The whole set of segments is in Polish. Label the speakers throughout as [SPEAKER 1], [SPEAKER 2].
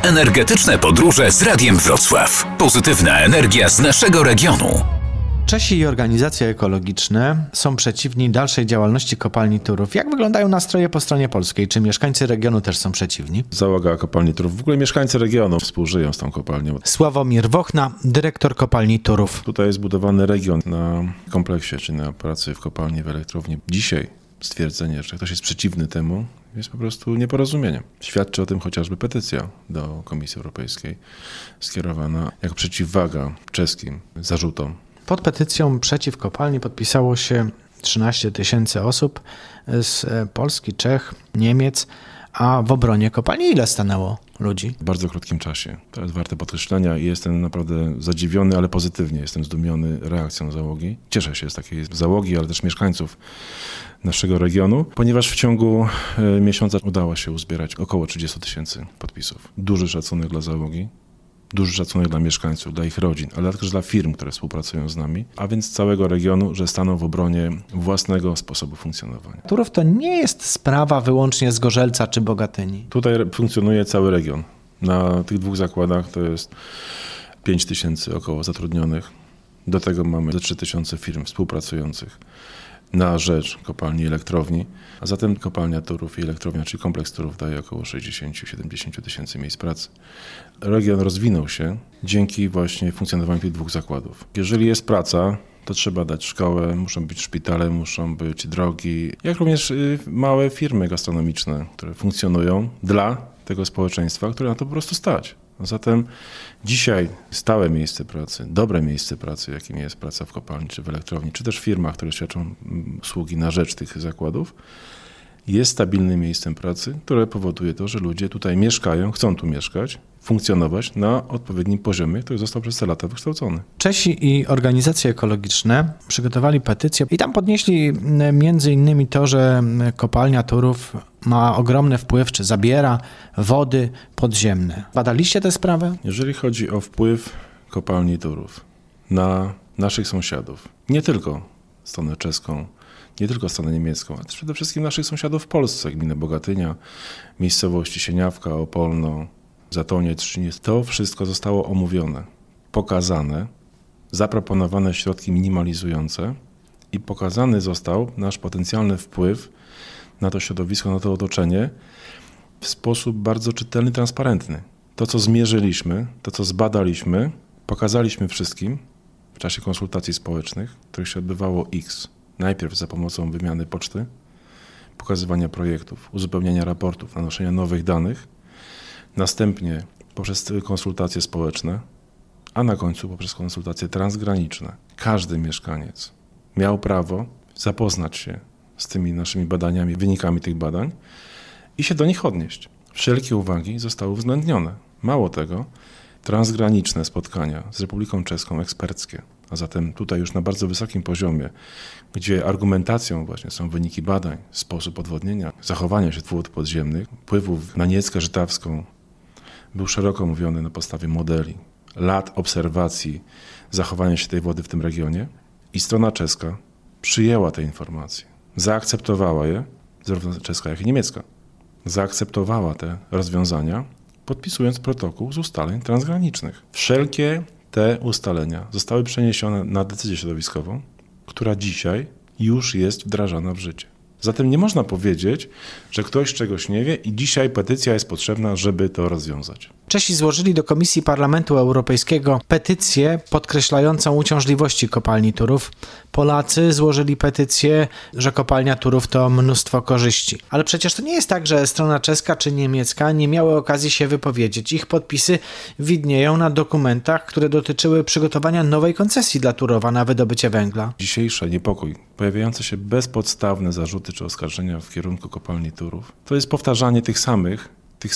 [SPEAKER 1] Energetyczne podróże z Radiem Wrocław. Pozytywna energia z naszego regionu.
[SPEAKER 2] Czesi i organizacje ekologiczne są przeciwni dalszej działalności kopalni Turów. Jak wyglądają nastroje po stronie polskiej? Czy mieszkańcy regionu też są przeciwni?
[SPEAKER 3] Załoga kopalni Turów, w ogóle mieszkańcy regionu współżyją z tą kopalnią.
[SPEAKER 2] Sławomir Wochna, dyrektor kopalni Turów.
[SPEAKER 3] Tutaj jest budowany region na kompleksie, czy na pracy w kopalni, w elektrowni. Dzisiaj stwierdzenie, że ktoś jest przeciwny temu, jest po prostu nieporozumieniem. Świadczy o tym chociażby petycja do Komisji Europejskiej skierowana jako przeciwwaga czeskim zarzutom.
[SPEAKER 2] Pod petycją przeciw kopalni podpisało się 13 000 osób z Polski, Czech, Niemiec, a w obronie kopalni ile stanęło ludzi?
[SPEAKER 3] W bardzo krótkim czasie. To jest warte podkreślenia i jestem naprawdę zadziwiony, ale pozytywnie. Jestem zdumiony reakcją załogi. Cieszę się z takiej załogi, ale też mieszkańców naszego regionu, ponieważ w ciągu miesiąca udało się uzbierać około 30 000 podpisów. Duży szacunek dla załogi. Duży szacunek dla mieszkańców, dla ich rodzin, ale także dla firm, które współpracują z nami, a więc całego regionu, że staną w obronie własnego sposobu funkcjonowania.
[SPEAKER 2] Turów to nie jest sprawa wyłącznie Zgorzelca czy Bogatyni.
[SPEAKER 3] Tutaj funkcjonuje cały region. Na tych dwóch zakładach to jest 5 000 około zatrudnionych. Do tego mamy 3 000 firm współpracujących na rzecz kopalni i elektrowni, a zatem kopalnia Turów i elektrownia, czyli kompleks Turów daje około 60-70 tysięcy miejsc pracy. Region rozwinął się dzięki właśnie funkcjonowaniu tych dwóch zakładów. Jeżeli jest praca, to trzeba dać szkołę, muszą być szpitale, muszą być drogi, jak również małe firmy gastronomiczne, które funkcjonują dla tego społeczeństwa, które na to po prostu stać. A zatem dzisiaj stałe miejsce pracy, dobre miejsce pracy, jakim jest praca w kopalni, czy w elektrowni, czy też w firmach, które świadczą usługi na rzecz tych zakładów, jest stabilnym miejscem pracy, które powoduje to, że ludzie tutaj mieszkają, chcą tu mieszkać, funkcjonować na odpowiednim poziomie, który został przez te lata wykształcony.
[SPEAKER 2] Czesi i organizacje ekologiczne przygotowali petycję i tam podnieśli między innymi to, że kopalnia Turów ma ogromny wpływ, czy zabiera wody podziemne. Badaliście tę sprawę?
[SPEAKER 3] Jeżeli chodzi o wpływ kopalni Turów na naszych sąsiadów, nie tylko stronę czeską, nie tylko stronę niemiecką, ale też przede wszystkim naszych sąsiadów w Polsce, gminy Bogatynia, miejscowości Sieniawka, Opolno, Zatonie, Trzyniec. To wszystko zostało omówione, pokazane, zaproponowane środki minimalizujące i pokazany został nasz potencjalny wpływ na to środowisko, na to otoczenie w sposób bardzo czytelny, transparentny. To, co zmierzyliśmy, to, co zbadaliśmy, pokazaliśmy wszystkim w czasie konsultacji społecznych, których się odbywało X. Najpierw za pomocą wymiany poczty, pokazywania projektów, uzupełniania raportów, nanoszenia nowych danych, następnie poprzez konsultacje społeczne, a na końcu poprzez konsultacje transgraniczne. Każdy mieszkaniec miał prawo zapoznać się z tymi naszymi badaniami, wynikami tych badań i się do nich odnieść. Wszelkie uwagi zostały uwzględnione. Mało tego, transgraniczne spotkania z Republiką Czeską, eksperckie, a zatem tutaj już na bardzo wysokim poziomie, gdzie argumentacją właśnie są wyniki badań, sposób odwodnienia, zachowania się wód podziemnych, wpływów na Nieckę Żytawską, był szeroko mówiony na podstawie modeli, lat obserwacji zachowania się tej wody w tym regionie i strona czeska przyjęła te informacje, zaakceptowała je, zarówno czeska, jak i niemiecka, zaakceptowała te rozwiązania, podpisując protokół z ustaleń transgranicznych. Wszelkie te ustalenia zostały przeniesione na decyzję środowiskową, która dzisiaj już jest wdrażana w życie. Zatem nie można powiedzieć, że ktoś czegoś nie wie i dzisiaj petycja jest potrzebna, żeby to rozwiązać.
[SPEAKER 2] Czesi złożyli do Komisji Parlamentu Europejskiego petycję podkreślającą uciążliwości kopalni Turów. Polacy złożyli petycję, że kopalnia Turów to mnóstwo korzyści. Ale przecież to nie jest tak, że strona czeska czy niemiecka nie miały okazji się wypowiedzieć. Ich podpisy widnieją na dokumentach, które dotyczyły przygotowania nowej koncesji dla Turowa na wydobycie węgla.
[SPEAKER 3] Dzisiejszy niepokój, pojawiające się bezpodstawne zarzuty czy oskarżenia w kierunku kopalni Turów, to jest powtarzanie tych samych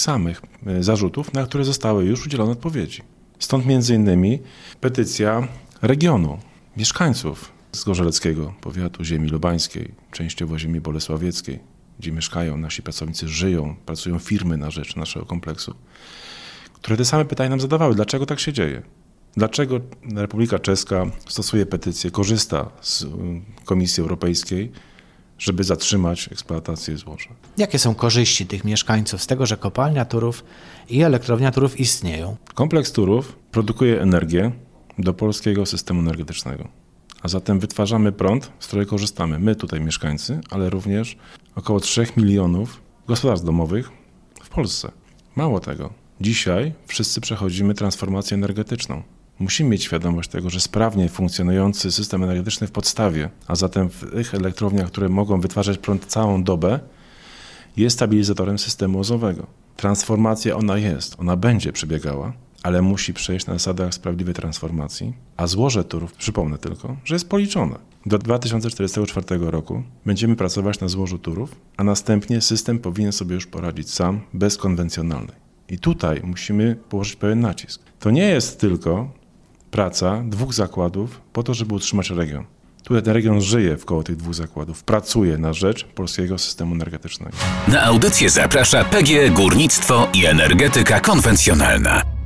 [SPEAKER 3] zarzutów, na które zostały już udzielone odpowiedzi. Stąd między innymi petycja regionu, mieszkańców Zgorzeleckiego powiatu, ziemi lubańskiej, częściowo ziemi bolesławieckiej, gdzie mieszkają nasi pracownicy, żyją, pracują firmy na rzecz naszego kompleksu, które te same pytania nam zadawały. Dlaczego tak się dzieje? Dlaczego Republika Czeska stosuje petycję, korzysta z Komisji Europejskiej żeby zatrzymać eksploatację złoża.
[SPEAKER 2] Jakie są korzyści tych mieszkańców z tego, że kopalnia Turów i elektrownia Turów istnieją?
[SPEAKER 3] Kompleks Turów produkuje energię do polskiego systemu energetycznego. A zatem wytwarzamy prąd, z którego korzystamy my tutaj mieszkańcy, ale również około 3 milionów gospodarstw domowych w Polsce. Mało tego, dzisiaj wszyscy przechodzimy transformację energetyczną. Musimy mieć świadomość tego, że sprawnie funkcjonujący system energetyczny w podstawie, a zatem w tych elektrowniach, które mogą wytwarzać prąd całą dobę, jest stabilizatorem systemu ozowego. Transformacja ona będzie przebiegała, ale musi przejść na zasadach sprawiedliwej transformacji, a złoże Turów, przypomnę tylko, że jest policzone. Do 2044 roku będziemy pracować na złożu Turów, a następnie system powinien sobie już poradzić sam, bez konwencjonalnej. I tutaj musimy położyć pewien nacisk. To nie jest tylko praca 2 zakładów po to, żeby utrzymać region. Tutaj ten region żyje wkoło tych 2 zakładów, pracuje na rzecz polskiego systemu energetycznego.
[SPEAKER 1] Na audycję zaprasza PGE Górnictwo i Energetyka Konwencjonalna.